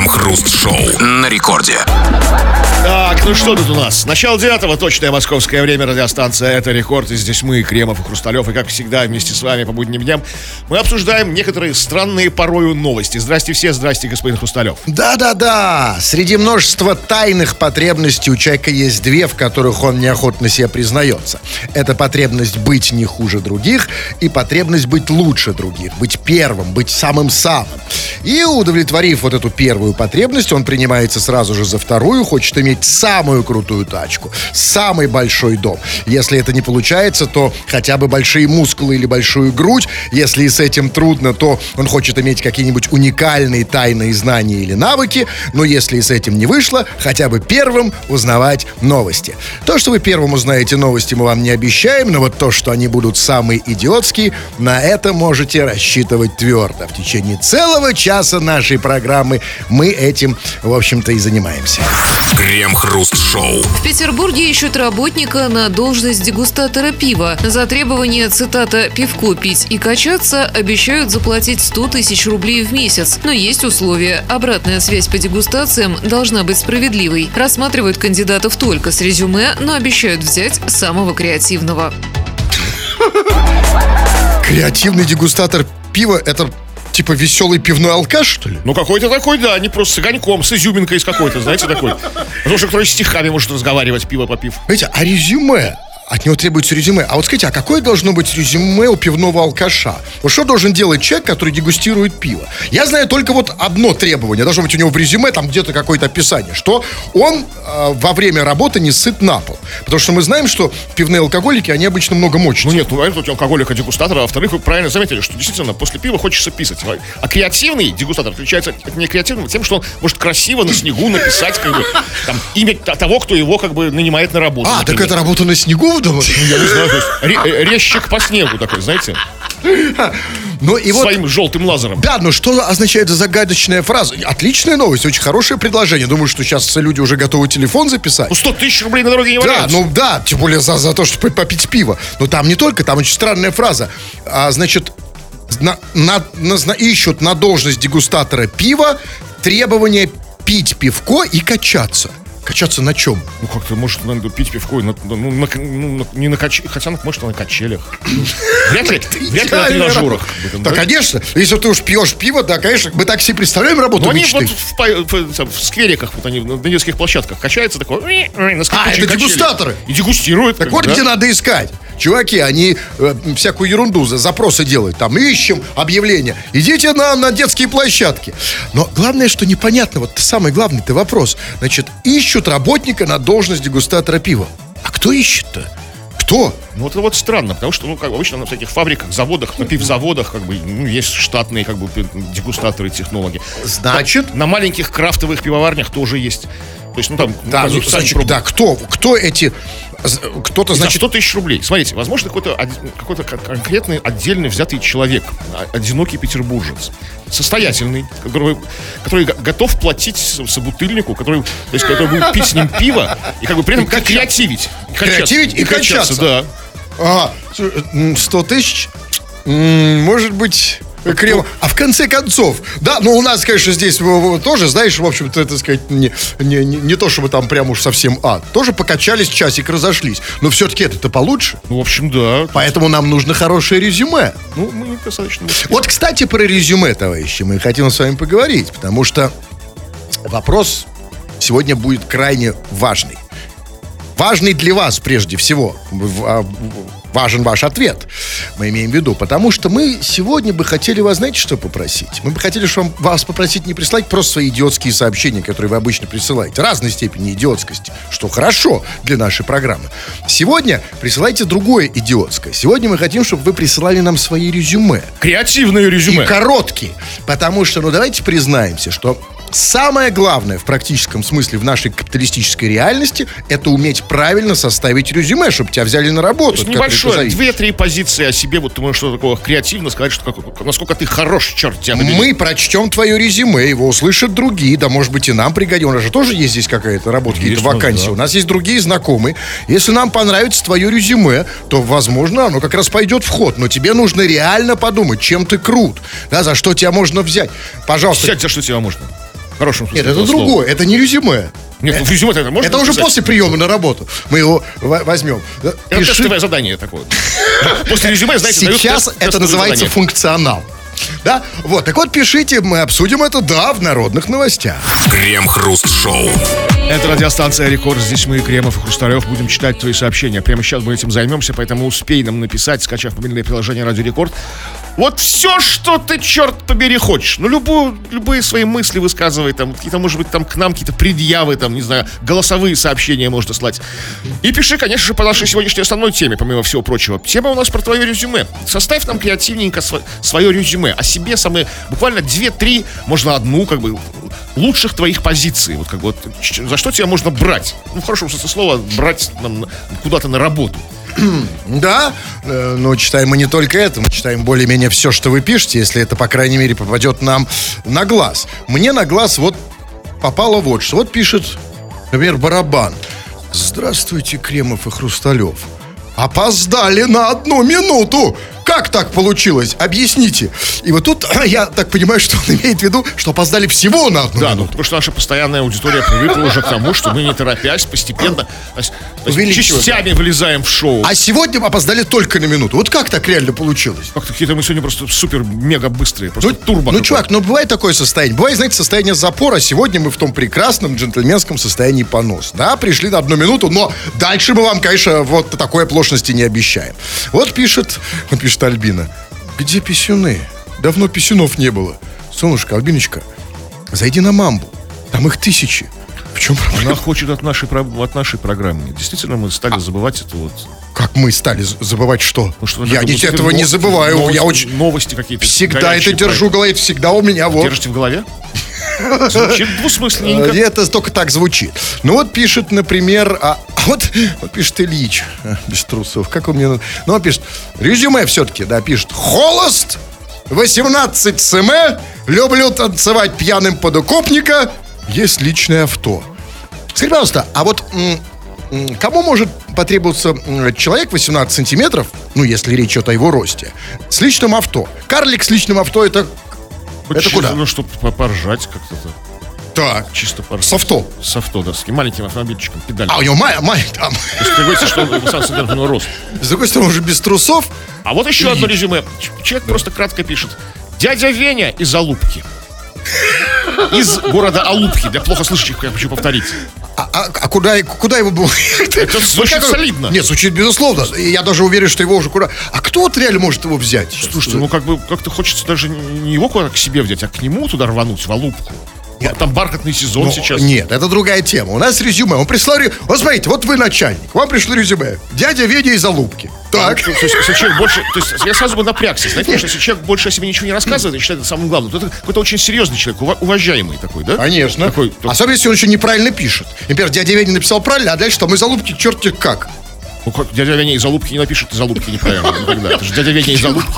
Крем-хруст-шоу на рекорде. Так, ну что тут у нас? Начало 9-го, точное московское время, радиостанция «Это Рекорд». И здесь мы, Кремов и Хрусталев. И как всегда, вместе с вами по будним дням мы обсуждаем некоторые странные порою новости. Здрасте все, здрасте, господин Хрусталев. Да-да-да, среди множества тайных потребностей у человека есть две, в которых он неохотно себе признается. Это потребность быть не хуже других и потребность быть лучше других, быть первым, быть самым-самым. И удовлетворив вот эту первую потребность, он принимается сразу же за вторую, хочет иметь самую крутую тачку, самый большой дом. Если это не получается, то хотя бы большие мускулы или большую грудь. Если и с этим трудно, то он хочет иметь какие-нибудь уникальные тайные знания или навыки. Но если и с этим не вышло, хотя бы первым узнавать новости. То, что вы первым узнаете новости, мы вам не обещаем, но вот то, что они будут самые идиотские, на это можете рассчитывать твердо. В течение целого часа нашей программы мы этим, в общем-то, и занимаемся. Крем-хруст-шоу. В Петербурге ищут работника на должность дегустатора пива. За требование, цитата, «пивко пить и качаться» обещают заплатить 100 тысяч рублей в месяц. Но есть условия. Обратная связь по дегустациям должна быть справедливой. Рассматривают кандидатов только с резюме, но обещают взять самого креативного. Креативный дегустатор пива — это типа веселый пивной алкаш, что ли? Ну, какой-то такой, да, не просто с огоньком, с изюминкой с какой-то, знаете, такой. Потому что который стихами может разговаривать, пиво попив. Знаете, а резюме? От него требуется резюме. А вот скажите, а какое должно быть резюме у пивного алкаша? Вот что должен делать человек, который дегустирует пиво? Я знаю только вот одно требование. Должно быть у него в резюме там где-то какое-то описание, что он во время работы не сыт на пол. Потому что мы знаем, что пивные алкоголики, они обычно много мочат. Ну нет, ну, во-первых, тут алкоголика дегустатора, а во-вторых, вы правильно заметили, что действительно после пива хочется писать. А креативный дегустатор отличается от некреативного тем, что он может красиво на снегу написать как бы, там, имя того, кто его как бы нанимает на работу. А, например. Так это работа на снегу? Ну, я не знаю, резчик по снегу такой, знаете, ну, и своим желтым лазером. Да, но что означает загадочная фраза? Отличная новость, очень хорошее предложение. Думаю, что сейчас люди уже готовы телефон записать. Ну, 100 тысяч рублей на дороге не валяются. Да, ну да, тем более за то, чтобы попить пиво. Но там не только, там очень странная фраза. Значит, ищут на должность дегустатора пива требование пить пивко и качаться. Качаться на чем? Ну, как-то, может, надо пить пивко, не на качелях, хотя, может, на качелях. Вряд ли на тренажерах. Да, конечно. Если ты уж пьешь пиво, да, конечно, мы так себе представляем работу мечты. Ну, они вот в сквериках, вот они на детских площадках качаются, такой, на скрипучей это дегустаторы. И дегустируют. Так вот, где надо искать. Чуваки, они всякую ерунду, запросы делают. Там ищем объявления. Идите на детские площадки. Но главное, что непонятно, вот самый главный-то вопрос. Значит, ищут работника на должность дегустатора пива. А кто ищет-то? Кто? Ну, это вот странно, потому что, ну, как обычно на всяких фабриках, заводах, на пивзаводах, как бы, ну, есть штатные, как бы, дегустаторы, технологи. Значит? На маленьких крафтовых пивоварнях тоже есть. То есть, ну, там... Да, ну, значит, да, кто эти... Кто-то, значит... 100 тысяч рублей. Смотрите, возможно, какой-то конкретный отдельный взятый человек, одинокий петербуржец, состоятельный, который готов платить собутыльнику, который будет пить с ним пиво и как бы при этом креативить. Креативить и качаться. Да. Ага, 100 тысяч? Может быть... Крем. А в конце концов, да, ну у нас, конечно, здесь тоже, знаешь, в общем-то, так сказать, не то, чтобы там прям уж совсем тоже покачались, часик разошлись. Но все-таки это-то получше. Ну, в общем, да. Поэтому нам нужно хорошее резюме. Ну, мы достаточно... Вот, кстати, про резюме, товарищи, мы хотим с вами поговорить, потому что вопрос сегодня будет крайне важный. Важный для вас, прежде всего. Важен ваш ответ, мы имеем в виду. Потому что мы сегодня бы хотели вас, знаете, что попросить? Мы бы хотели вас попросить не присылать просто свои идиотские сообщения, которые вы обычно присылаете. Разной степени идиотскости, что хорошо для нашей программы. Сегодня присылайте другое идиотское. Сегодня мы хотим, чтобы вы присылали нам свои резюме. Креативные резюме. И короткие. Потому что, ну, давайте признаемся, что самое главное в практическом смысле в нашей капиталистической реальности — это уметь правильно составить резюме, чтобы тебя взяли на работу. Небольшое, 2-3 позиции о себе, вот ты можешь что такого креативно сказать, что насколько ты хорош, черт тебя побери. Мы прочтем твое резюме, его услышат другие, да, может быть, и нам пригодится. У нас же тоже есть здесь какая-то работа, какие-то вакансии. Да. У нас есть другие знакомые. Если нам понравится твое резюме, то, возможно, оно как раз пойдет в ход. Но тебе нужно реально подумать, чем ты крут, да, за что тебя можно взять. Пожалуйста. Сядь, за что тебя можно? хорошем смысле Нет, это этого слова. другое, это не резюме. Нет, ну, резюме это можно Это уже написать? после приема на работу. Мы его возьмем. Это Пиши. тестовое задание такое. После резюме, знаете, дают Сейчас тест- это тестовое называется задание. функционал. Да? Вот, так вот пишите, мы обсудим это, да, в народных новостях. Крем-хруст-шоу. Это радиостанция «Рекорд». Здесь мы, Кремов и Хрусталев, будем читать твои сообщения. Прямо сейчас мы этим займемся, поэтому успей нам написать, скачав мобильное приложение «Радио Рекорд». Вот все, что ты, черт побери, хочешь. Ну, любые свои мысли высказывай, там, какие-то, может быть, там к нам какие-то предъявы, там, не знаю, голосовые сообщения можно слать. И пиши, конечно же, по нашей сегодняшней основной теме, помимо всего прочего. Тема у нас про твое резюме. Составь нам креативненько свое резюме о себе, самые, буквально 2-3, можно одну, как бы, лучших твоих позиций. Вот как бы, вот, за что тебя можно брать? Ну, в хорошем смысле слова, брать нам куда-то на работу. Да, но читаем мы не только это, мы читаем более-менее все, что вы пишете, если это, по крайней мере, попадет нам на глаз. Мне на глаз вот попало вот что. Вот пишет, например, Барабан. Здравствуйте, Кремов и Хрусталев. Опоздали на 1 минуту. Как так получилось? Объясните. И вот тут я так понимаю, что он имеет в виду, что опоздали всего на 1 Да, ну, минуту. потому что наша постоянная аудитория привыкла уже к тому, что мы, не торопясь, постепенно, то есть Увеличиваем. частями влезаем в шоу. А сегодня опоздали только на минуту. Вот как так реально получилось? Как-то какие-то мы сегодня просто супер-мега быстрые, просто турбо. Ну, какое-то. чувак, ну бывает такое состояние. Бывает, знаете, состояние запора. Сегодня мы в том прекрасном джентльменском состоянии понос. Да, пришли на 1 минуту, но дальше мы вам, конечно, вот такой оплошности не обещаем. Вот пишет Альбина. Где писюны? Давно писюнов не было. Солнышко, Альбиночка, зайди на Мамбу. Там их 1000. В чем проблема? Она хочет от нашей программы. Действительно, мы стали забывать это вот. Как мы стали забывать что? Ну, что Я это вот этого не забываю. Новости, Я очень новости какие-то. всегда горячие, это держу в голове. Это всегда у меня вот. Держите в голове? Звучит двусмысленненько. Это только так звучит. Ну вот пишет, например, вот пишет Ильич, без трусов, как он мне... Ну он пишет, резюме все-таки, да, пишет, холост, 18 см, люблю танцевать пьяным под укопника, есть личное авто. Скажи, пожалуйста, а вот кому может потребоваться человек 18 сантиметров, ну, если речь идет о его росте, с личным авто? Карлик с личным авто, это куда? Ну, чтобы поржать как-то. Так, Чисто поржать. с авто. С авто, да, с таким маленьким автомобильчиком, педалью. А у него там. То есть, как говорится, что он сам содержанного роста. С другой стороны, он же без трусов. А вот еще одно резюме. Человек просто кратко пишет. Дядя Веня из Алупки. Из города Алупки. Для плохо слышащих я хочу повторить. А куда его было? Это звучит солидно. Нет, звучит безусловно. И я даже уверен, что его уже куда... А кто вот реально может его взять? Слушайте, ну как бы как-то хочется даже не его куда-то к себе взять, а к нему туда рвануть, в Алупку. Нет. Там бархатный сезон Ну, сейчас. Нет, это другая тема. У нас резюме. Он прислал... Вот смотрите, вот вы начальник. Вам пришло резюме. Дядя Веня из Алупки. Так. То есть, если человек больше... То есть, я сразу бы напрягся. Знаете, потому что если человек больше о себе ничего не рассказывает и считает это самым главным, то это какой-то очень серьезный человек, уважаемый такой, да? Конечно. Такой, Особенно, если он еще неправильно пишет. Например, дядя Веня написал правильно, а дальше там из Алупки черти как. ну, как дядя Веня из Алупки не напишет из Алупки неправильно никогда. Это же дядя Веня из Алупки.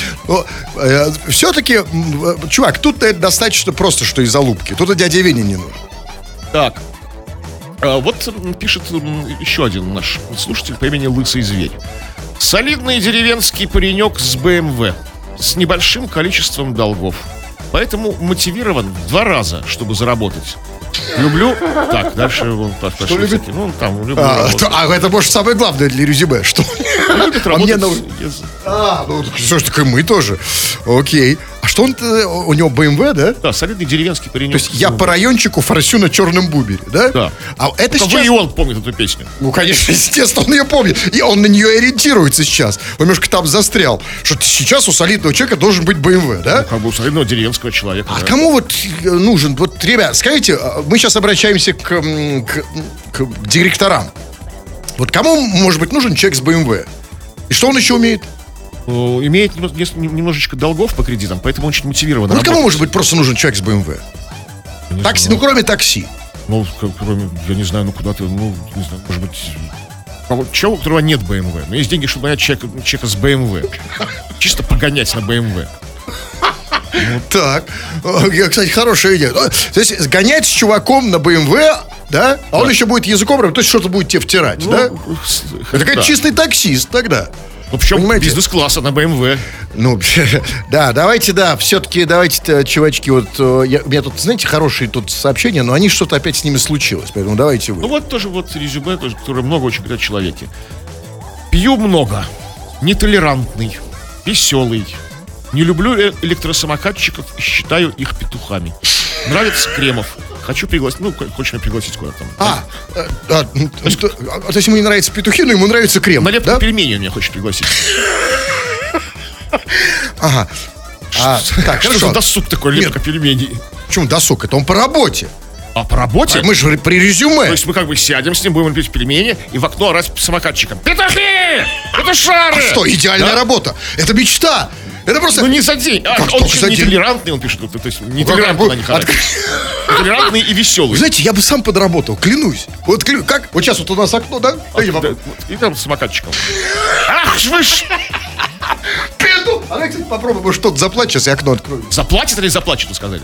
Все-таки, чувак, тут достаточно просто, что из Алупки. Тут и дядя Веня не нужен. Так. Вот пишет еще один наш слушатель по имени Лысый Зверь. Солидный деревенский паренек с БМВ, с небольшим количеством долгов. Поэтому мотивирован в 2 раза, чтобы заработать. Люблю... Так, дальше он пошел любит? всякие. Ну, там, люблю работать. Это, может, самое главное для резюме. Что? Любит А мне работать. ну, что ж, так и мы тоже. Окей. А что он, у него БМВ, да? Да, солидный деревенский паренек. То есть я по райончику форсю на черном бубере, да? Да. А это Только сейчас... вы и он помнит эту песню. Ну, конечно, естественно, он ее помнит. И он на нее ориентируется сейчас. Он немножко там застрял. Что сейчас у солидного человека должен быть БМВ, да? Как бы у солидного деревенского человека. А да. кому вот нужен? Вот, ребят, скажите, мы сейчас обращаемся к директорам. Вот кому может быть нужен человек с БМВ? И что он еще умеет? Имеет немножечко долгов по кредитам, поэтому очень мотивирован. Вот кому может быть просто нужен человек с БМВ? Не Такси, знаю. ну кроме такси. Ну, кроме, я не знаю, ну куда-то, ну, не знаю, может быть, человека, у которого нет БМВ. Но есть деньги, чтобы нанять человека с БМВ. Чисто погонять на БМВ. Так, кстати, хорошая идея. То есть гонять с чуваком на БМВ, да? А он еще будет языком, то есть что-то будет тебе втирать, да? Это как да. чистый таксист тогда. Ну, причем Понимаете? бизнес-класса на BMW. Ну, да, все-таки давайте, чувачки, вот у меня тут, знаете, хорошие тут сообщения, но они что-то опять с ними случилось, поэтому давайте вы. Ну, вот тоже вот резюме, тоже, которое много очень говорят о человеке. Пью много, нетолерантный, веселый. Не люблю электросамокатчиков и считаю их петухами. Нравится Кремов. Хочу пригласить, хочешь меня пригласить куда-то там. То есть ему не нравятся петухи, но ему нравится крем, На лепку да? пельмени он меня хочет пригласить. Ага. Так, Что за хорошо. досуг такой, лепка пельменей? Почему досуг? Это он по работе. А по работе? Мы же при То резюме. есть мы как бы сядем с ним, будем пить пельмени и в окно орать самокатчиком. Петухи! Это шары! Что, идеальная Да? работа? Это мечта. Это просто... Ну не за день. Как Он только еще за день? нетолерантный, он пишет. То есть нетолерантный на них орать. Нетолерантный и Вы веселый. знаете, я бы сам подработал, клянусь. Вот как? Вот сейчас вот у нас окно, да? И там с самокатчиком. Ах, вы ж! Петух! А давай, кстати, попробуем, может, что-то заплачет, сейчас я окно открою. Заплатит или заплачет, вы сказали?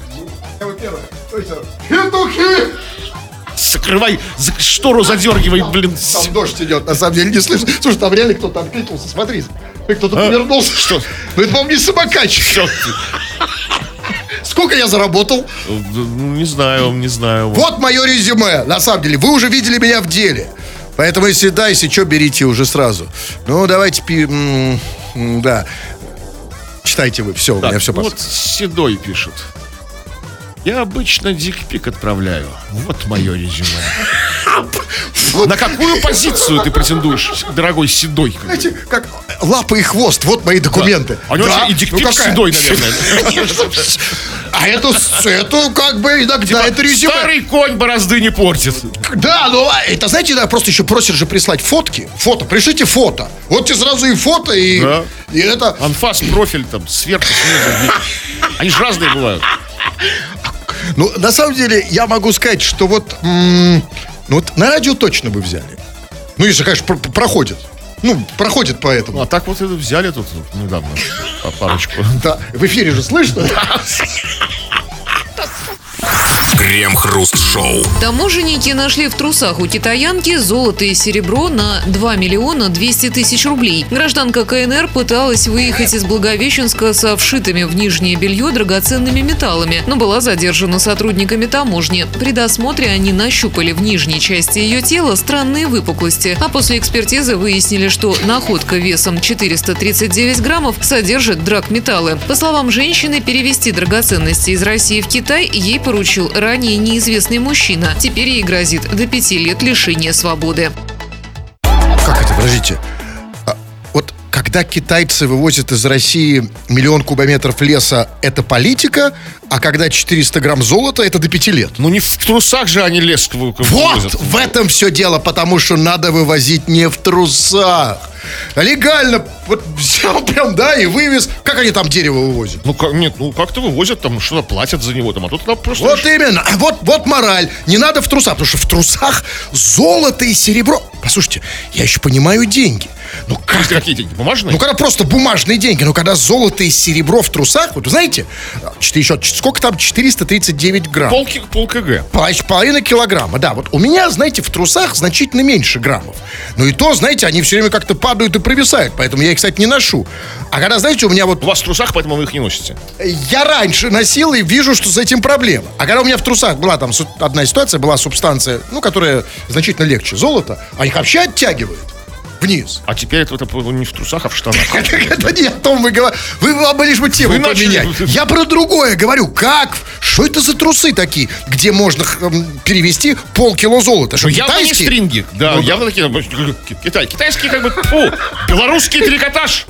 Петухи! Закрывай, штору задергивай, блин. Там дождь идет, на самом деле не слышно. Слушай, там реально кто-то откликнулся, смотри. Кто-то повернулся. Что? Ну, это, по-моему, не самокатчик. Всё. Сколько я заработал? Ну, не знаю. Вот мое резюме. На самом деле, вы уже видели меня в деле. Поэтому, если что, берите уже сразу. Ну, давайте, да. Читайте вы, все, у меня Так, все вот Седой пишет. Я обычно дикпик отправляю. Вот мое резюме. На какую позицию ты претендуешь, дорогой Седой? Знаете, как лапы и хвост, вот мои документы. А у него Да? и дикпик Ну, какая? Седой, наверное. А это как бы иногда это резюме. Старый конь борозды не портит. Да, ну это, знаете, да, просто еще просят же прислать фотки. Фото, пришлите фото. Вот тебе сразу и фото, и это. Анфас, профиль там, сверху, снизу. Они же разные бывают. Ну, на самом деле, я могу сказать, что вот, вот на радио точно бы взяли. Ну, если, конечно, проходит. Ну, проходит по этому. А так вот это взяли тут недавно парочку. Да, в эфире же слышно? Крем-хруст-шоу. Таможенники нашли в трусах у китаянки золото и серебро на 2 миллиона 200 тысяч рублей. Гражданка КНР пыталась выехать из Благовещенска со вшитыми в нижнее белье драгоценными металлами, но была задержана сотрудниками таможни. При досмотре они нащупали в нижней части ее тела странные выпуклости, а после экспертизы выяснили, что находка весом 439 граммов содержит драгметаллы. По словам женщины, перевести драгоценности из России в Китай ей поручил ранее неизвестный мужчина. Теперь ей грозит до 5 лет лишения свободы. Как это, подождите. Вот когда китайцы вывозят из России 1 миллион кубометров леса, это политика, а когда 400 грамм золота, это до 5 лет. Ну не в трусах же они лес Вот вывозят. в этом все дело, потому что надо вывозить не в трусах. Легально, вот взял прям, да, и вывез. Как они там дерево вывозят? Ну как-то вывозят, там что-то платят за него, там, а тут там просто... Вот именно, вот мораль. Не надо в трусах, потому что в трусах золото и серебро. Послушайте, я еще понимаю деньги. Ну как? Какие деньги? Бумажные? Ну когда просто бумажные деньги, но когда золото и серебро в трусах, вот вы знаете, сколько там, 439 грамм. Пол кг. Половина килограмма, да. Вот у меня, знаете, в трусах значительно меньше граммов. Ну и то, знаете, они все время как-то падают и провисают, поэтому я их, кстати, не ношу. А когда, знаете, у меня вот... У вас в трусах, поэтому вы их не носите. Я раньше носил и вижу, что с этим проблема. А когда у меня в трусах была там одна ситуация, была субстанция, ну, которая значительно легче золота, а их вообще оттягивает вниз. А теперь это не в трусах, а в штанах. Это не о том вы говорите. Вы вам лишь бы тему Вы начали. поменять. Я про другое говорю. Как? Что это за трусы такие, где можно перевести полкило золота? Что, Явно не китайские? стринги. Да, Ну, явно такие. Китайские как бы, белорусский трикотаж.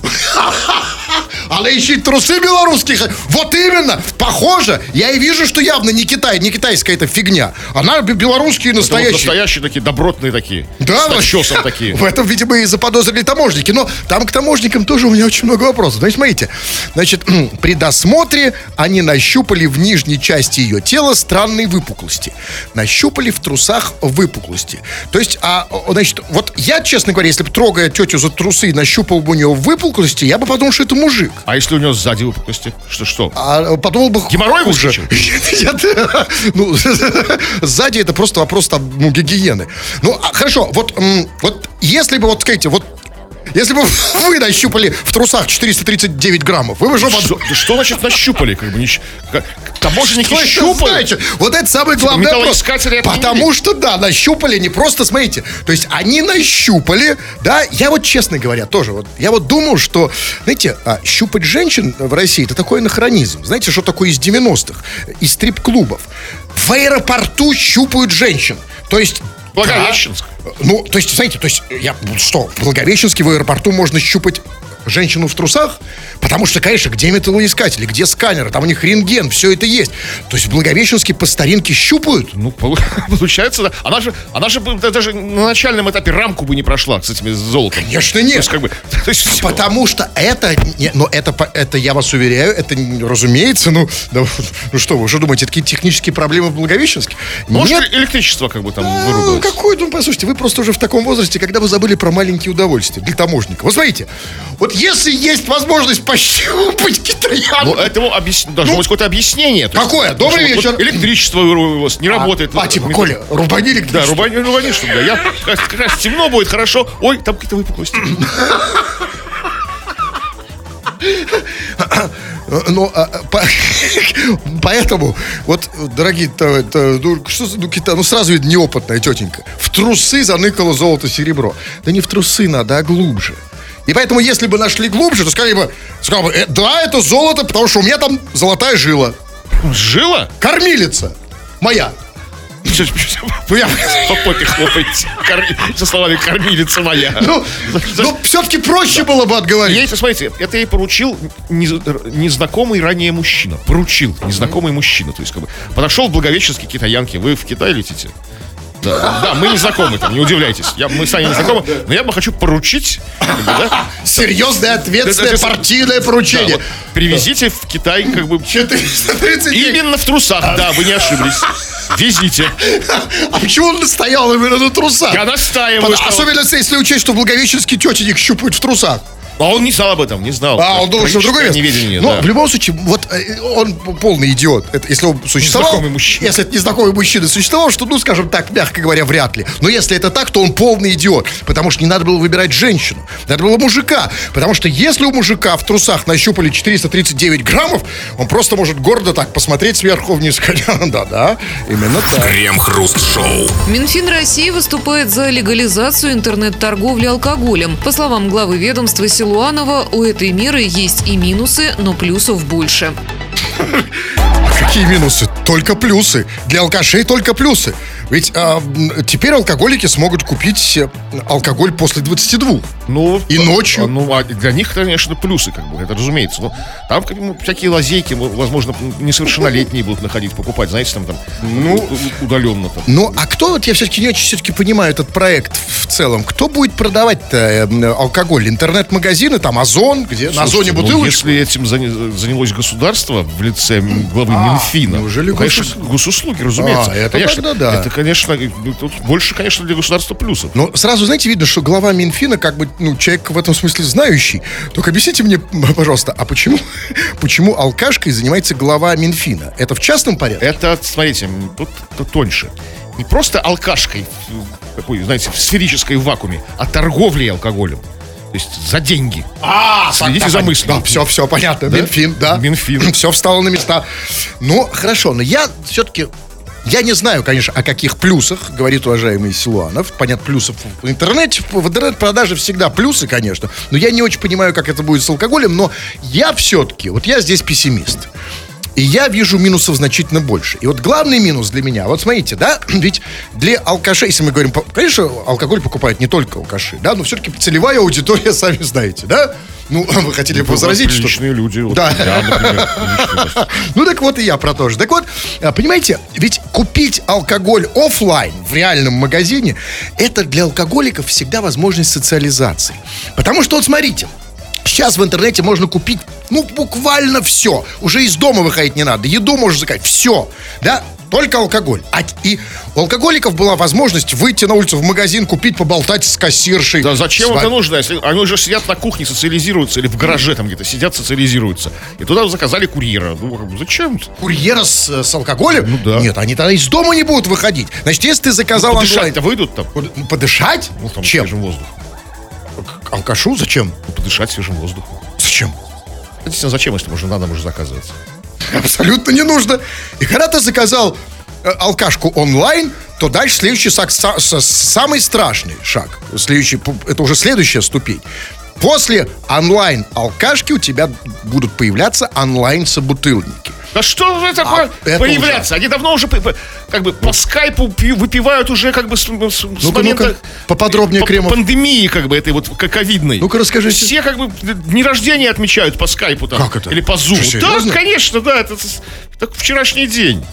Она ищет трусы белорусских. Вот именно. Похоже. Я и вижу, что явно не китайская эта фигня. Она белорусские Это вот настоящие. настоящие такие, добротные такие. Да, с начесом такие. В этом, видимо, и заподозрили таможенники. Но там к таможенникам тоже у меня очень много вопросов. Значит, смотрите. Значит, при досмотре они нащупали в нижней части ее тела странные выпуклости. Нащупали в трусах выпуклости. То есть, значит, вот я, честно говоря, если бы, трогая тетю за трусы, нащупал бы у нее выпуклости, я бы подумал, что это мужик. А если у него сзади выпуклости? Что? А подумал бы... Геморрой хуже. выскочил? Нет, ну, сзади это просто вопрос там, гигиены. Ну, хорошо, вот если бы, вот скажите, вот Если бы вы нащупали в трусах 439 граммов, вы бы Что значит нащупали? Таможенники Что это щупали? значит? Вот это самый главный вопрос. Металлоискатели это Потому что, да, нащупали не просто, смотрите, то есть они нащупали, да, я вот, честно говоря, тоже, вот, я вот думал, что, знаете, щупать женщин в России, это такой анахронизм. Знаете, что такое из 90-х? Из стрип-клубов. В аэропорту щупают женщин. То есть... Благовещенск. Да, ну, то есть, знаете, в Благовещенске в аэропорту можно щупать женщину в трусах? Потому что, конечно, где металлоискатели, где сканеры, там у них рентген, все это есть. То есть в Благовещенске по старинке щупают? Ну, получается, да. Она же даже на начальном этапе рамку бы не прошла с этими золотом. Конечно, нет. То есть, Потому что это, я вас уверяю, это, разумеется, ну что вы, что думаете, такие технические проблемы в Благовещенске? Может, Нет. электричество как бы там вырубилось. Послушайте, вы просто уже в таком возрасте, когда вы забыли про маленькие удовольствия для таможника. Вот смотрите, вот если есть возможность пощупать китаянку... Ну, этому должно быть какое-то объяснение. Какое? Добрый вечер. Вот электричество вырубилось, не работает. Коля, рубани электричество. Да, рубани, что ли, да. Как раз темно будет, хорошо. Ой, там какие-то выпуклости. Ну, поэтому, вот, дорогие, сразу видно, неопытная тетенька. В трусы заныкало золото-серебро. Да не в трусы надо, а глубже. И поэтому, если бы нашли глубже, то сказали бы, да, это золото, потому что у меня там золотая жила. Жила? Кормилица моя. По попе хлопаете со словами «кормилица моя». Ну, все-таки проще было бы отговорить. Смотрите, это ей поручил незнакомый ранее мужчина. Поручил незнакомый мужчина. То есть, подошел в Благовещенский китаянке. Вы в Китай летите? Да, мы не знакомы там, не удивляйтесь. Мы с вами не знакомы, но я бы хочу поручить. Серьезное, ответственное, партийное поручение. Привезите в Китай 439. Именно в трусах, да, вы не ошиблись. Везите. А почему он настоял именно на трусах? Я настаиваю. Особенно если учесть, что благовещенские тетенек щупают в трусах. А он не знал об этом, не знал. Он думал, что в другое место. Но в любом случае, вот он полный идиот. Это, если он существовал, незнакомый мужчина. Если это незнакомый мужчина существовал, что, скажем так, мягко говоря, вряд ли. Но если это так, то он полный идиот. Потому что не надо было выбирать женщину. Надо было мужика. Потому что если у мужика в трусах нащупали 439 граммов, он просто может гордо так посмотреть сверху вниз. Да, именно так. Крем-хруст-шоу. Минфин России выступает за легализацию интернет-торговли алкоголем. По словам главы ведомства Силуанова, у этой меры есть и минусы, но плюсов больше. Какие минусы? Только плюсы. Для алкашей только плюсы. Ведь теперь алкоголики смогут купить алкоголь после 22. И ночью. Для них, конечно, плюсы, это разумеется. Но там всякие лазейки, возможно, несовершеннолетние будут находить, покупать, знаете, там удаленно. А кто, я все-таки не очень понимаю этот проект в целом, кто будет продавать-то алкоголь? Интернет-магазины, там Озон, где на Озоне бутылочку? Если этим занялось государство в лице главы Минфина, конечно, госуслуги, разумеется. Это конечно, тогда да. Это, конечно, тут больше, конечно, для государства плюсов. Но сразу, знаете, видно, что глава Минфина человек в этом смысле знающий. Только объясните мне, пожалуйста, а почему алкашкой занимается глава Минфина? Это в частном порядке? Это, смотрите, тут тоньше. Не просто алкашкой, такой, знаете, в сферической вакууме, а торговлей алкоголем. То есть за деньги. Следите за мыслью. Да, все понятно. Да? Минфин, да. Минфин. Все встало на места. Хорошо, но я все-таки... Я не знаю, конечно, о каких плюсах говорит уважаемый Силуанов. Понятно, плюсов в интернете. В интернет-продаже всегда плюсы, конечно. Но я не очень понимаю, как это будет с алкоголем. Но я все-таки, я здесь пессимист. И я вижу минусов значительно больше. И главный минус для меня, смотрите, да, ведь для алкашей, если мы говорим, конечно, алкоголь покупают не только алкаши, да, но все-таки целевая аудитория, сами знаете, да? Вы хотели возразить, что... Приличные люди. Да. Я, например, так вот и я про то же. Так вот, понимаете, ведь купить алкоголь офлайн в реальном магазине, это для алкоголиков всегда возможность социализации. Потому что, смотрите, сейчас в интернете можно купить, буквально все. Уже из дома выходить не надо. Еду можно заказать. Все. Да? Только алкоголь. И у алкоголиков была возможность выйти на улицу в магазин, купить, поболтать с кассиршей. Да зачем это нужно, если они уже сидят на кухне, социализируются, или в гараже там где-то сидят, социализируются. И туда заказали курьера. Зачем? Курьера с алкоголем? Да. Нет, они тогда из дома не будут выходить. Значит, если ты заказал онлайн... Подышать-то выйдут там? Подышать? Там чем? Свежим воздухом. Алкашу? Зачем? Подышать свежим воздухом. Зачем? Действительно, зачем, если можно на дом уже заказывать? Абсолютно не нужно. И когда ты заказал алкашку онлайн, то дальше следующий самый страшный шаг. Это уже следующая ступень. После онлайн-алкашки у тебя будут появляться онлайн-собутыльники. Да что же такое появляться? ужасно. Они давно уже как бы по скайпу выпивают уже как бы с момента поподробнее, Кремов. пандемии как бы этой вот ковидной. Ну-ка, расскажите. Все как бы дни рождения отмечают по скайпу там. Как это? Или по зуму. Что, Да, серьезно? конечно, да. Это так вчерашний день.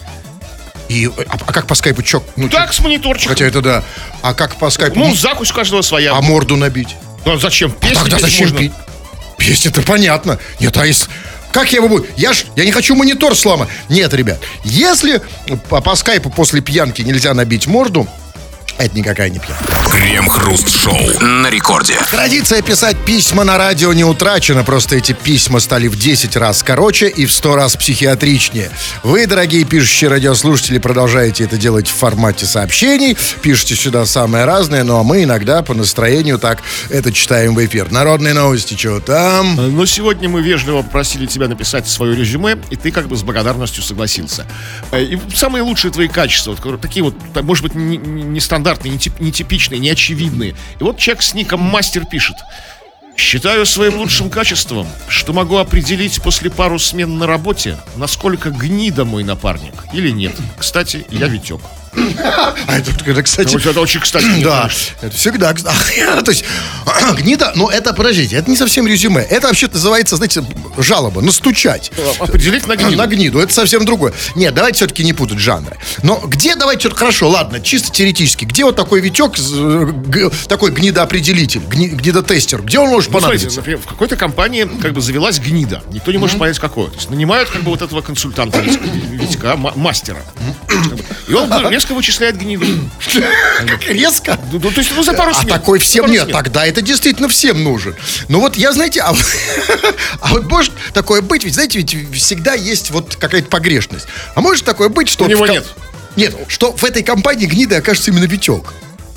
А как по скайпу Так, с мониторчиком. Хотя это да. А как по скайпу? Ну, закусь у каждого своя. А морду набить? Ну, а зачем? Песни Тогда петь зачем можно. пить? Песня-то понятно. Нет, а если... Как я его буду? Я не хочу монитор сломать. Нет, ребят, если по скайпу после пьянки нельзя набить морду, это никакая не пьянка. Крем-хруст-шоу на рекорде. Традиция писать письма на радио не утрачена, просто эти письма стали в 10 раз короче и в 100 раз психиатричнее. Вы, дорогие пишущие радиослушатели, продолжаете это делать в формате сообщений, пишите сюда самое разное, ну а мы иногда по настроению так это читаем в эфир. Народные новости, что там? Но сегодня мы вежливо попросили тебя написать свое резюме, и ты как бы с благодарностью согласился. И самые лучшие твои качества, вот, такие вот, может быть, нестандартные, нетипичные, неочевидные. И вот человек с ником Мастер пишет: считаю своим лучшим качеством, что могу определить после пару смен на работе, насколько гнида мой напарник или нет. Кстати, я Витек. А это, кстати... Это очень кстати. Да, это всегда... То есть, гнида, но это, подождите, это не совсем резюме. Это вообще-то называется, знаете, жалоба, настучать. Определить на гниду. На гниду, это совсем другое. Нет, давайте все-таки не путать жанры. Но где, давайте, хорошо, ладно, чисто теоретически, где вот такой Витек, такой гнидоопределитель, гнидотестер, где он может понадобиться? Смотрите, например, в какой-то компании как бы завелась гнида. Никто не может понять, какое. То есть нанимают как бы вот этого консультанта, Витька, мастера. И он резко вычисляет гниду. Как резко? Ну, то есть, за пару смен. А такой всем За пару нет, смен. тогда это действительно всем нужен. Ну вот я, знаете, а вот может такое быть, ведь знаете, ведь всегда есть вот какая-то погрешность. А может такое быть, что... У него нет. Нет, что в этой компании гнидой окажется именно Витек.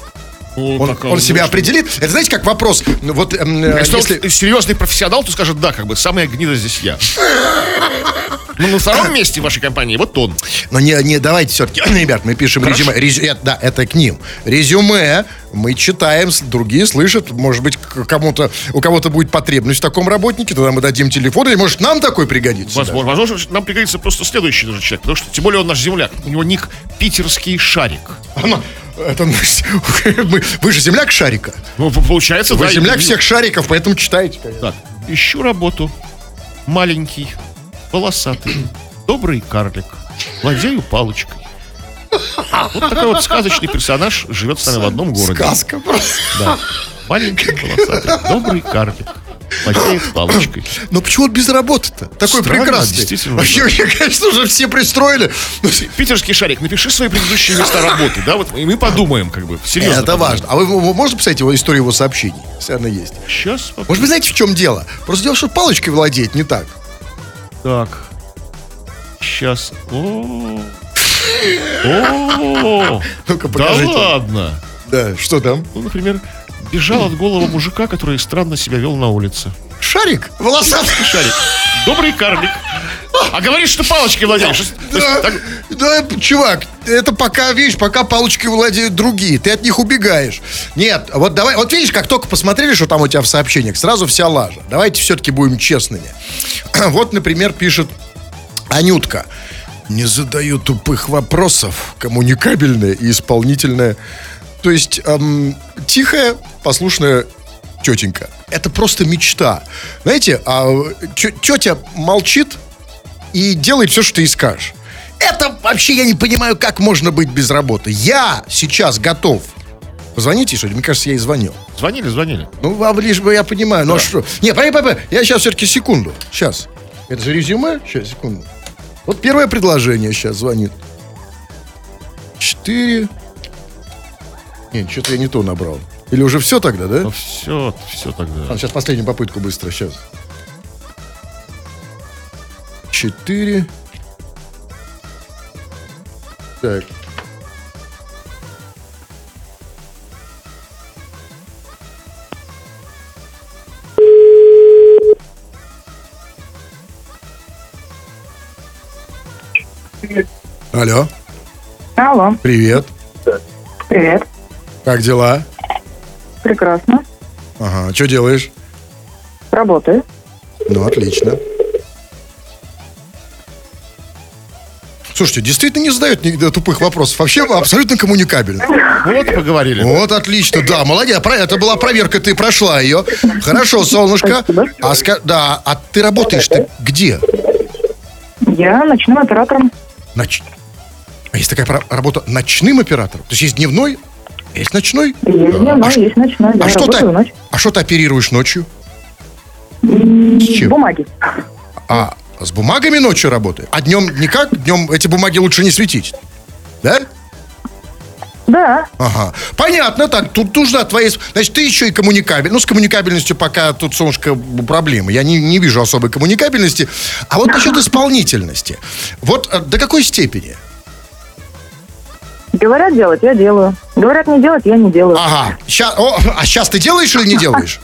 Он себя определит. Это знаете, как вопрос, вот Если если... он серьезный профессионал, то скажет: да, как бы самая гнида здесь я. Но на втором месте в вашей компании вот он. Но не давайте все-таки, ребят, мы пишем резюме. Да, это к ним. Резюме мы читаем, другие слышат. Может быть, у кого-то будет потребность в таком работнике, тогда мы дадим телефон, или может нам такой пригодится. Возможно, нам пригодится просто следующий даже человек, потому что тем более он наш земляк. У него ник «Питерский шарик». Это, вы же земляк шарика. Ну, получается, Вы да. земляк всех шариков, поэтому читайте. Так, ищу работу. Маленький, волосатый, добрый карлик. Владею палочкой. Вот такой вот сказочный персонаж живет с нами в одном городе. Сказка просто. Да. Маленький, волосатый, добрый карлик. Владеет палочкой. Но почему он без работы-то? Такой Странно, прекрасный. действительно, Вообще, конечно, уже все пристроили. Питерский шарик, напиши свои предыдущие места работы, да, вот, и мы подумаем, как бы, серьезно. Это подумаем. важно. А вы можете посмотреть его историю его сообщений? Если она есть. Сейчас, Может, вы знаете, в чем дело? Просто дело, что палочкой владеет, не так. так. Сейчас. Ну-ка, Да покажите. ладно. Да, что там? Ну, например, бежал от голого мужика, который странно себя вел на улице. Шарик? Волосатый. Шарик. Добрый карлик. А говоришь, что палочкой владеешь. То есть, так- Да, чувак, это пока палочкой владеют другие, ты от них убегаешь. Нет, вот давай, вот видишь, как только посмотрели, что там у тебя в сообщениях, сразу вся лажа. Давайте все-таки будем честными. Вот, например, пишет Анютка: не задаю тупых вопросов, коммуникабельная и исполнительная. То есть тихая, послушная тетенька. Это просто мечта. Знаете, тетя молчит и делает все, что ты ей скажешь. Это вообще я не понимаю, как можно быть без работы. Я сейчас готов. Позвоните, что ли? Мне кажется, я и звонил. Звонили. Ну, лишь бы я понимаю. Ну, а что? Не, погоди. Я сейчас все-таки секунду. Сейчас. Это же резюме? Сейчас, секунду. Вот первое предложение сейчас звонит. 4. Нет, что-то я не то набрал. Или уже все тогда, да? Ну, все тогда. Сейчас последнюю попытку быстро, сейчас. 4. Так. Алло, Алло, привет. привет. Как дела? Прекрасно. Ага, что делаешь? Работаю. Ну, отлично. Слушайте, действительно не задают тупых вопросов. Вообще абсолютно коммуникабельно. Вот и поговорили. Вот, отлично, да, молодец. Это была проверка, ты прошла ее. Хорошо, солнышко. Спасибо. А ты работаешь-то где? Я ночным оператором. А есть такая работа ночным оператором? То есть есть дневной, а есть ночной? Есть дневной, есть ночной. Да, работаю ночь. Что ты оперируешь ночью? С чем? Бумаги. А с бумагами ночью работаю? А днем никак? Днем эти бумаги лучше не светить? Да? Да. Ага. Понятно, так, тут нужна твоя... Значит, ты еще и коммуникабель. Ну, с коммуникабельностью пока тут, солнышко, проблемы. Я не вижу особой коммуникабельности. А вот насчет исполнительности. Вот до какой степени? Говорят делать, я делаю. Говорят не делать, я не делаю. Ага. А сейчас ты делаешь или не делаешь?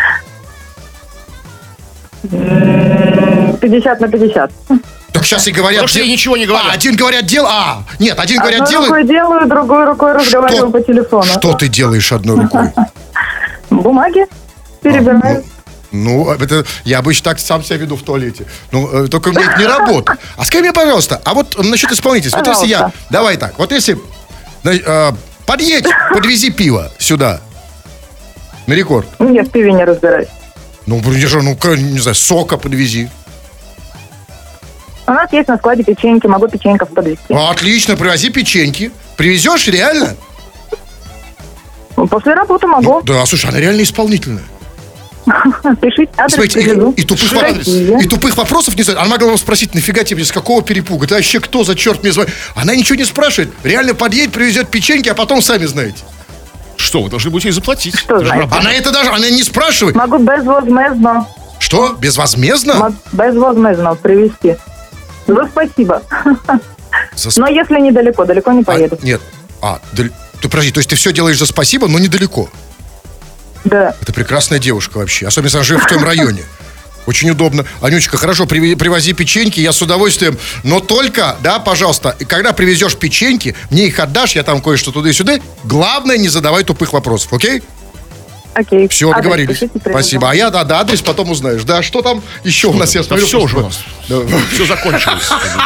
50/50. Так сейчас и говорят... Потому что я ничего не говорю. один говорят нет, один говорят Одной делай... рукой делаю, другой рукой разговариваю по телефону. Что ты делаешь одной рукой? Бумаги перебираю. Ну, это я обычно так сам себя веду в туалете. Ну, только у меня это не работает. А скажи мне, пожалуйста, а вот насчет исполнительства. Вот если я... Давай так, вот если... подъедь, подвези пиво сюда. На рекорд. Я в пиве не разбираюсь. Ну, не знаю, сока подвези. У нас есть на складе печеньки, могу печеньков подвезти. Отлично, привози печеньки. Привезешь реально? После работы могу. Да, слушай, она реально исполнительная. Пишите адрес, Смотрите, привезу. и тупых вопросов не знает. Она могла бы спросить, нафига тебе, с какого перепуга? Ты вообще кто, за черт мне звонит? Она ничего не спрашивает. Реально подъедет, привезет печеньки, а потом сами знаете. Что, вы должны будете ей заплатить. Что знаете? Она не спрашивает. Могу безвозмездно. Что? Безвозмездно? Безвозмездно привезти. За спасибо. Но если недалеко, далеко не поеду. Нет. Ты подожди, то есть ты все делаешь за спасибо, но недалеко? Да. Это прекрасная девушка вообще. Особенно, если она живет в твоем районе. Очень удобно. Анючка, хорошо, привози печеньки, я с удовольствием. Но только, да, пожалуйста, когда привезешь печеньки, мне их отдашь, я там кое-что туда и сюда. Главное, не задавай тупых вопросов, окей? Окей. Все, договорились. Спасибо. А я, да, адрес потом узнаешь. Да, что там еще у нас? Я смотрю, все уже у нас. Все закончилось.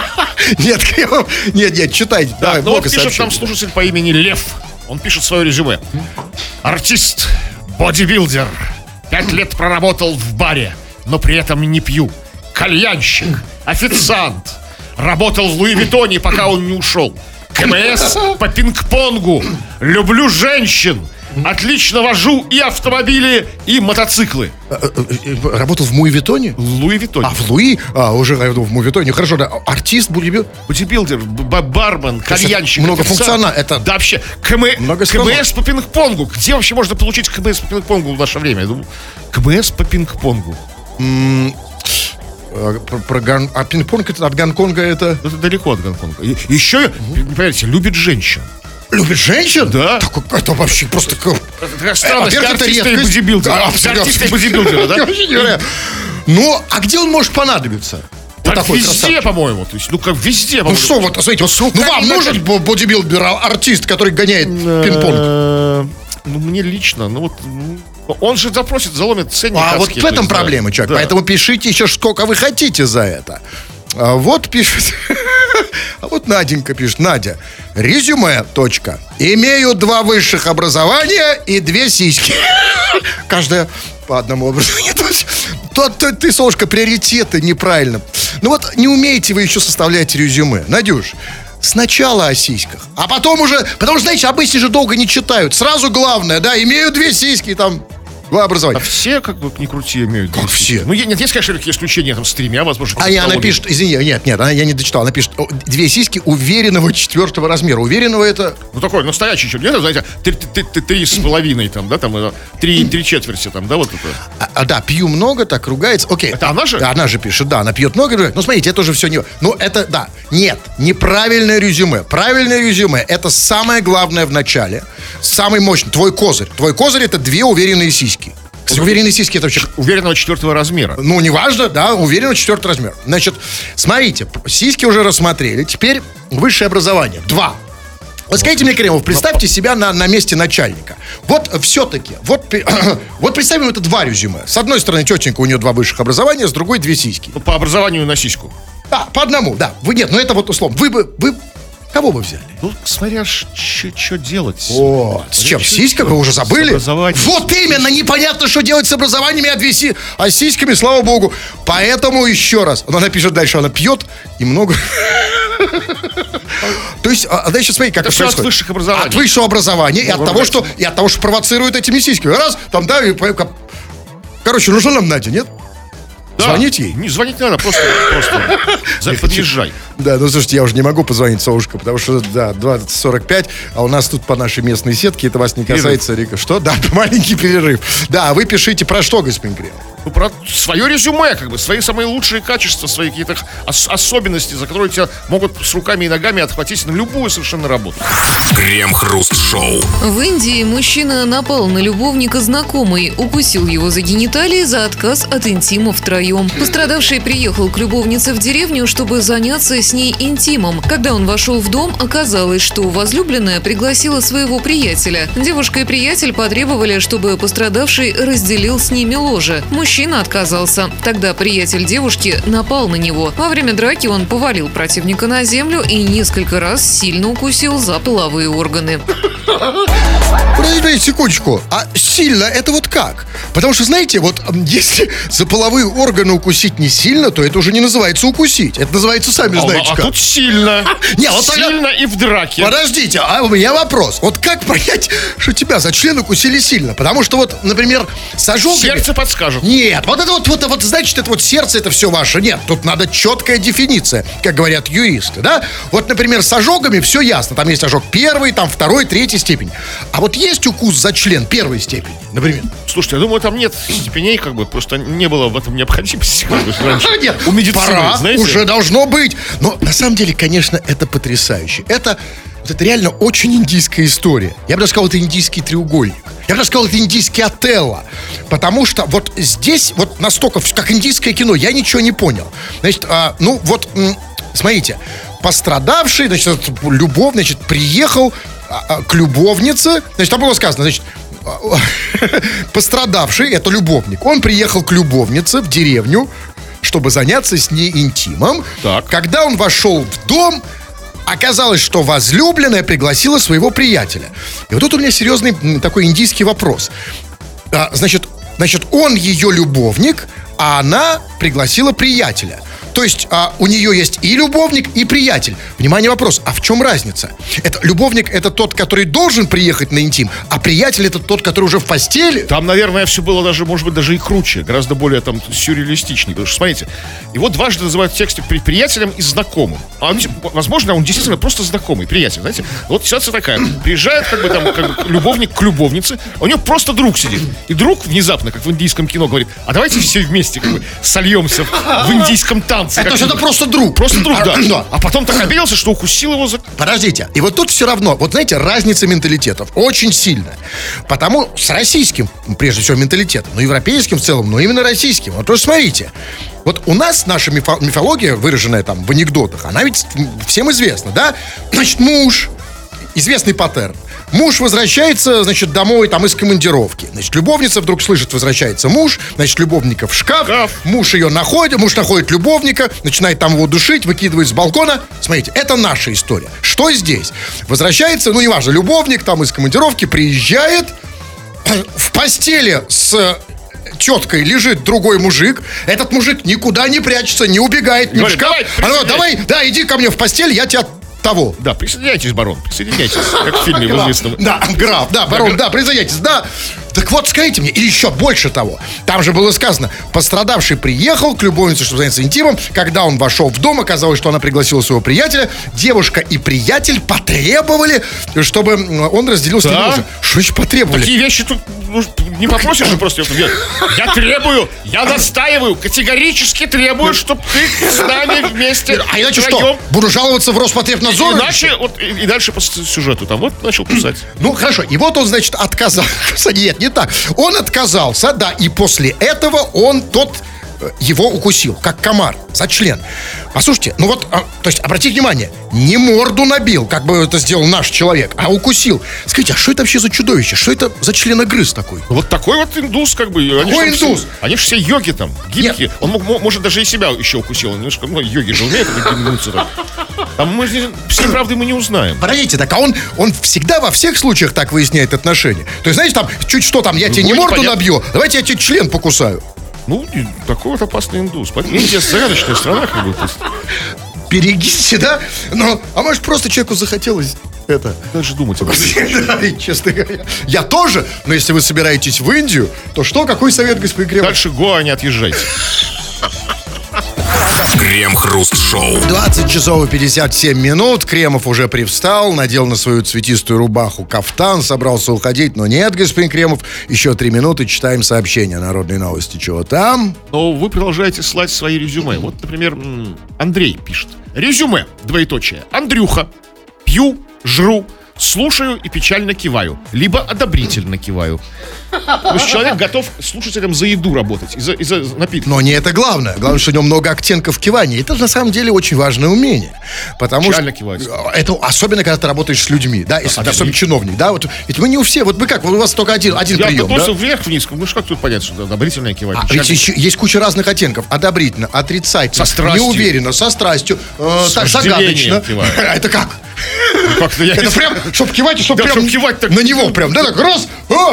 Нет, читайте. Да, ну вот пишет нам слушатель по имени Лев. Он пишет свое резюме. Артист, бодибилдер. 5 лет проработал в баре, но при этом не пью. Кальянщик, официант. Работал в Луи Виттоне, пока он не ушел. КМС по пинг-понгу. Люблю женщин. Отлично вожу и автомобили, и мотоциклы. Работал в Луи Виттоне? В Луи Виттоне. В Луи? Уже в Луи Виттоне. Хорошо, да. Артист, бодибилдер, бармен, кальянщик. Многофункционально. Это... Да, вообще. КМС по пинг-понгу. Где вообще можно получить КМС по пинг-понгу в наше время? Я думаю, КМС по пинг-понгу. А пинг-понг от Гонконга это... Это далеко от Гонконга. Еще, поверьте, любит женщин. Любит женщин? Да. Это вообще просто... Такая странность артиста и бодибилдера. Артиста и бодибилдера, да? Ну, а где он может понадобиться? Так везде, по-моему. То есть, как везде. Ну что, вот, смотрите, вам нужен бодибилдер, артист, который гоняет пинг-понг? Ну, мне лично, он же запросит, заломит ценник. А вот в этом проблема, человек. Да. Поэтому пишите еще сколько вы хотите за это. Вот пишет. А вот Наденька пишет. Надя. Резюме. Имею 2 высших образования и 2 сиськи. Каждая по одному образованию. Ты, Солнышко, приоритеты неправильно. Ну вот не умеете вы еще составлять резюме. Надюш, сначала о сиськах, а потом уже... Потому что, знаете, обычно же долго не читают. Сразу главное, да, имею 2 сиськи, там... 2 образования. А все, как бы, не крути, имеют. Как все? Ну, нет, есть, конечно, исключения там с 3, возможно. Она пишет, извини, нет, я не дочитал. Она пишет, 2 сиськи уверенного 4 размера. Уверенного это... Ну, такой настоящий, что нет, знаете, 3,5 там, да, там, 3 четверти там, да, вот это. Да, пью много, так ругается. Окей. Это она же? Да, она же пишет, да, она пьет много. Ну, смотрите, это уже все не... Ну, это, да, нет, неправильное резюме. Правильное резюме, это самое главное в начале. Самый мощный, твой козырь. Твой козырь это 2 уверенные сиськи. Уверенные сиськи это вообще... Уверенного 4 размера. Ну, неважно, да, уверенно 4 размер. Значит, смотрите, сиськи уже рассмотрели. Теперь высшее образование. 2. Вот скажите мне, Кремов, представьте себя на месте начальника. Вот все-таки, вот представим, это 2 резюме. С одной стороны, тетенька, у нее 2 высших образования, с другой 2 сиськи. По образованию на сиську. Да, по одному, да. Нет, это вот условно. Вы кого бы взяли? Ну, смотря что делать. С чем? С сиськами? Вы уже забыли? С образованием. Вот именно, непонятно, что делать с образованиями, а сиськами, слава богу. Поэтому еще раз. Она пишет дальше, она пьет и много... То есть, дальше смотри, как это все происходит. от высших образований. От высшего образования и от того, что провоцируют этими сиськами. Раз, там, да, короче, нужно нам Надя, нет? Да. Звонить ей? Не звонить не надо, просто подъезжай. Да, ну слушайте, я уже не могу позвонить, Совушка, потому что, да, 20:45, а у нас тут по нашей местной сетке, это вас не касается, Рика. Что? Да, маленький перерыв. Да, вы пишите про что, господин Кремов? Ну, про свое резюме, свои самые лучшие качества, свои какие-то особенности, за которые тебя могут с руками и ногами отхватить на любую совершенно работу. Крем-хруст-шоу. В Индии мужчина напал на любовника знакомой, укусил его за гениталии за отказ от интима втроем. Пострадавший приехал к любовнице в деревню, чтобы заняться с ней интимом. Когда он вошел в дом, оказалось, что возлюбленная пригласила своего приятеля. Девушка и приятель потребовали, чтобы пострадавший разделил с ними ложе. Мужчина отказался. Тогда приятель девушки напал на него. Во время драки он повалил противника на землю и несколько раз сильно укусил за половые органы. Подождите секундочку, а сильно это вот как? Потому что, знаете, вот если за половые органы укусить не сильно, то это уже не называется укусить. Это называется, сами знаете как. А тут сильно. Не, вот сильно и в драке. Подождите, а у меня вопрос. Вот как понять, что тебя за член укусили сильно? Потому что вот, например, с ожогами... Сердце подскажет. Нет, вот это вот, значит, это вот сердце, это все ваше. Нет, тут надо четкая дефиниция, как говорят юристы, да? Вот, например, с ожогами все ясно. Там есть ожог 1, там 2, 3 степень. А вот есть укус за член 1 степени, например? Слушайте, я думаю, там нет степеней, просто не было в этом необходимости. Нет, у медицины, пора, знаете? уже должно быть. Но на самом деле, конечно, это потрясающе. Это реально очень индийская история. Я бы даже сказал, это индийский треугольник. Я бы даже сказал, это индийский Отелло. Потому что вот здесь, вот настолько, как индийское кино, я ничего не понял. Значит, смотрите, пострадавший, значит, любовник, значит, приехал к любовнице. Значит, там было сказано, значит, пострадавший, это любовник, он приехал к любовнице в деревню, чтобы заняться с ней интимом. Так. Когда он вошел в дом, оказалось, что возлюбленная пригласила своего приятеля. И вот тут у меня серьезный такой индийский вопрос. Значит, он ее любовник, а она пригласила приятеля. То есть у нее есть и любовник, и приятель. Внимание, вопрос, а в чем разница? Любовник это тот, который должен приехать на интим, а приятель это тот, который уже в постели? Там, наверное, все было даже, может быть, даже и круче, гораздо более там сюрреалистичнее. Потому что, смотрите, его дважды называют в тексте приятелем и знакомым. Возможно, он действительно просто знакомый, приятель, знаете? Вот ситуация такая. Приезжает любовник к любовнице, а у него просто друг сидит. И друг внезапно, как в индийском кино, говорит, а давайте все вместе сольемся в индийском танце. То есть это просто друг. Просто друг, да. А потом так обиделся, что укусил его за... Подождите, и вот тут все равно, вот знаете, разница менталитетов очень сильная. Потому с российским, прежде всего, менталитетом, но европейским в целом, но именно российским. Вот тоже смотрите, вот у нас наша мифология, выраженная там в анекдотах, она ведь всем известна, да? Значит, муж, известный паттерн. Муж возвращается, значит, домой там из командировки. Значит, любовница вдруг слышит, возвращается муж, значит, любовника в шкаф. Муж находит любовника, начинает там его душить, выкидывает с балкона. Смотрите, это наша история. Что здесь? Возвращается, неважно, любовник там из командировки приезжает, в постели с теткой лежит другой мужик. Этот мужик никуда не прячется, не убегает, не в шкаф. Давай, иди ко мне в постель, я тебя... того. Да, присоединяйтесь, барон, присоединяйтесь, как в фильме в известном. Да, граф, да, барон, да, присоединяйтесь, да. Так вот, скажите мне, и еще больше того, там же было сказано, пострадавший приехал к любовнице, чтобы заняться интимом, когда он вошел в дом, оказалось, что она пригласила своего приятеля, девушка и приятель потребовали, чтобы он разделил с ним ложе. Что еще потребовали? Такие вещи тут не попросишь же просто. Я требую, я настаиваю, категорически требую, чтобы ты с нами вместе. А иначе втроем. что? Буду жаловаться в Роспотребнадзор? Иначе, и дальше по сюжету там начал писать. Ну, хорошо. И вот он, значит, отказался. Нет, не так. Он отказался, да, и после этого его укусил, как комар, за член. Послушайте, ну вот, то есть, обратите внимание, не морду набил, как бы это сделал наш человек, а укусил. Скажите, а что это вообще за чудовище? Что это за членогрыз такой? Вот такой вот индус, как бы. Какой индус? Они же все йоги там, гибкие. Он может даже и себя еще укусил. Йоги же умеют гнуться так. Там всей правды мы не узнаем. Подождите, так а он всегда во всех случаях так выясняет отношения? То есть, знаете, там, чуть что там, я тебе не морду набью, давайте я тебе член покусаю. Ну, такой вот опасный индус. Индия загадочная страна, как бы. Берегите, да? Ну, а может, просто человеку захотелось это... Даже думать об этом. Честно говоря. Я тоже, но если вы собираетесь в Индию, то что, какой совет, господин Кремов? Дальше Гоа не отъезжайте. Крем-хруст-шоу. 20 часов и 57 минут. Кремов уже привстал, надел на свою цветистую рубаху кафтан, собрался уходить, но нет, господин Кремов. Еще 3 минуты, читаем сообщения. Народные новости. Чего там? Но вы продолжаете слать свои резюме. Вот, например, Андрей пишет. Резюме, двоеточие. Андрюха. Пью, жру, слушаю и печально киваю. Либо одобрительно киваю. То есть человек готов слушателям за еду работать, и за напитки. Но не это главное. Главное, что у него много оттенков кивания. Это на самом деле очень важное умение. Потому печально что кивать. Это особенно, когда ты работаешь с людьми, да, если ты особенно чиновник, да. Вот, ведь мы не у всех. Вот вы как, у вас только один прием, да? вверх-вниз. Ну что как тут понять, что одобрительное кивать? Ведь еще есть куча разных оттенков. Одобрительно, отрицательно, со страстью, неуверенно, со страстью, так загадочно. Это как? Это прям, чтобы кивать, чтобы прям кивать на него прям, да, так раз.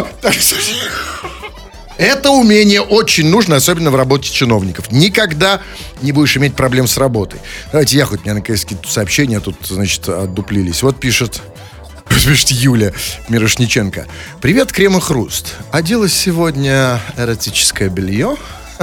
Это умение очень нужно, особенно в работе чиновников. Никогда не будешь иметь проблем с работой. Давайте я хоть, у меня наконец какие-то сообщения тут, значит, отдуплились. Вот пишет Юля Мирошниченко. Привет, Крем и Хруст. Оделась сегодня эротическое белье.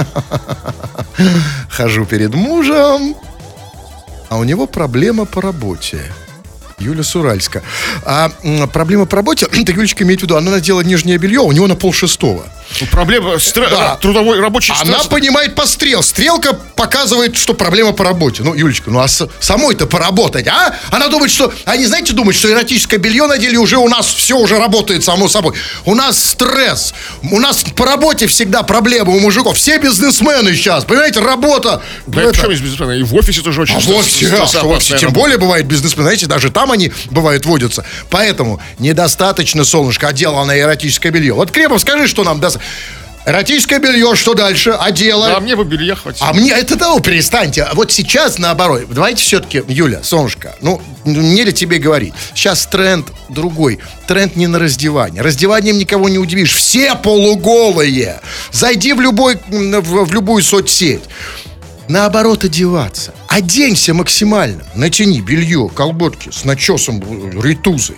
Хожу перед мужем. А у него проблема по работе. Юля с Уральска. А проблема по работе, это Юлечка имеет в виду, она надела нижнее белье, у него на 5:30. Проблема трудовой рабочий стресс. Она понимает по стрелке. Стрелка показывает, что проблема по работе. Ну, Юлечка, ну а самой-то поработать, а? Она думает, что... Они, знаете, думают, что эротическое белье надели, уже у нас все уже работает само собой. У нас стресс. У нас по работе всегда проблемы у мужиков. Все бизнесмены сейчас, понимаете, работа. Да почему есть бизнесмены? И в офисе тоже очень в офисе тем более бывает бизнесмены. Знаете, даже там они, бывает, водятся. Поэтому недостаточно, солнышко, одела на эротическое белье. Вот, Кремов, скажи, что нам даст... Эротическое белье, что дальше? Одела. Да, мне бы белья хватило. А мне это того, перестаньте. Вот сейчас наоборот. Давайте все-таки, Юля, солнышко, ну, не ли тебе говорить? Сейчас тренд другой. Тренд не на раздевание. Раздеванием никого не удивишь. Все полуголые. Зайди в любую соцсеть. Наоборот, одеваться. Оденься максимально. Натяни белье, колготки с начесом, ритузы,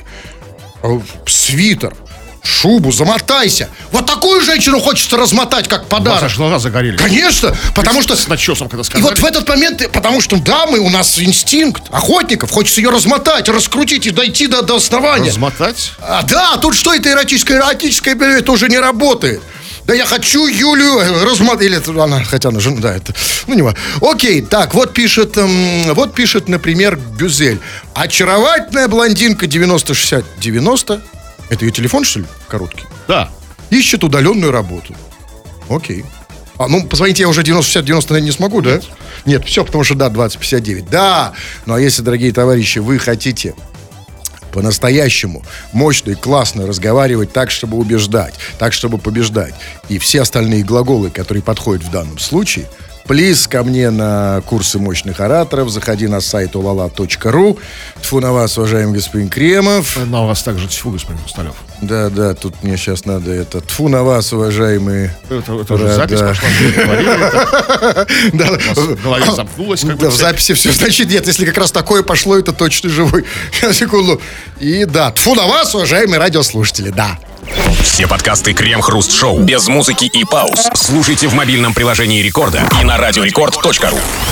свитер, шубу, замотайся. Вот такую женщину хочется размотать, как подарок. Ваши глаза загорелись. Конечно, потому что... С начесом, когда сказали. И вот в этот момент, потому что, да, у нас инстинкт охотников, хочется ее размотать, раскрутить и дойти до основания. Размотать? Да, тут что это эротическое белье, это уже не работает. Да я хочу Юлю размотать. Или она, хотя она жена, да, это... Ну, не важно. Окей, так, вот пишет, например, Гюзель. Очаровательная блондинка 90-60-90. Это ее телефон, что ли, короткий? Да. Ищет удаленную работу. Окей. Ну, позвонить я уже 90-60-90 не смогу, да? Нет, все, потому что, да, 20-59. Да, ну, а если, дорогие товарищи, вы хотите по-настоящему мощно и классно разговаривать так, чтобы убеждать, так, чтобы побеждать, и все остальные глаголы, которые подходят в данном случае, плиз ко мне на курсы мощных ораторов. Заходи на сайт olala.ru. Тьфу на вас, уважаемый господин Кремов. На вас также тьфу, господин Хрусталев. Да, тут мне сейчас надо это. Тьфу на вас, уважаемые. Это уже запись пошла. Да, в голове замкнулось. Да, в записи все. Значит, нет, если как раз такое пошло, это точно живой. Секунду. И да, тьфу на вас, уважаемые радиослушатели, да. Все подкасты Крем-хруст-шоу без музыки и пауз слушайте в мобильном приложении Рекорда и на радиорекорд.ру.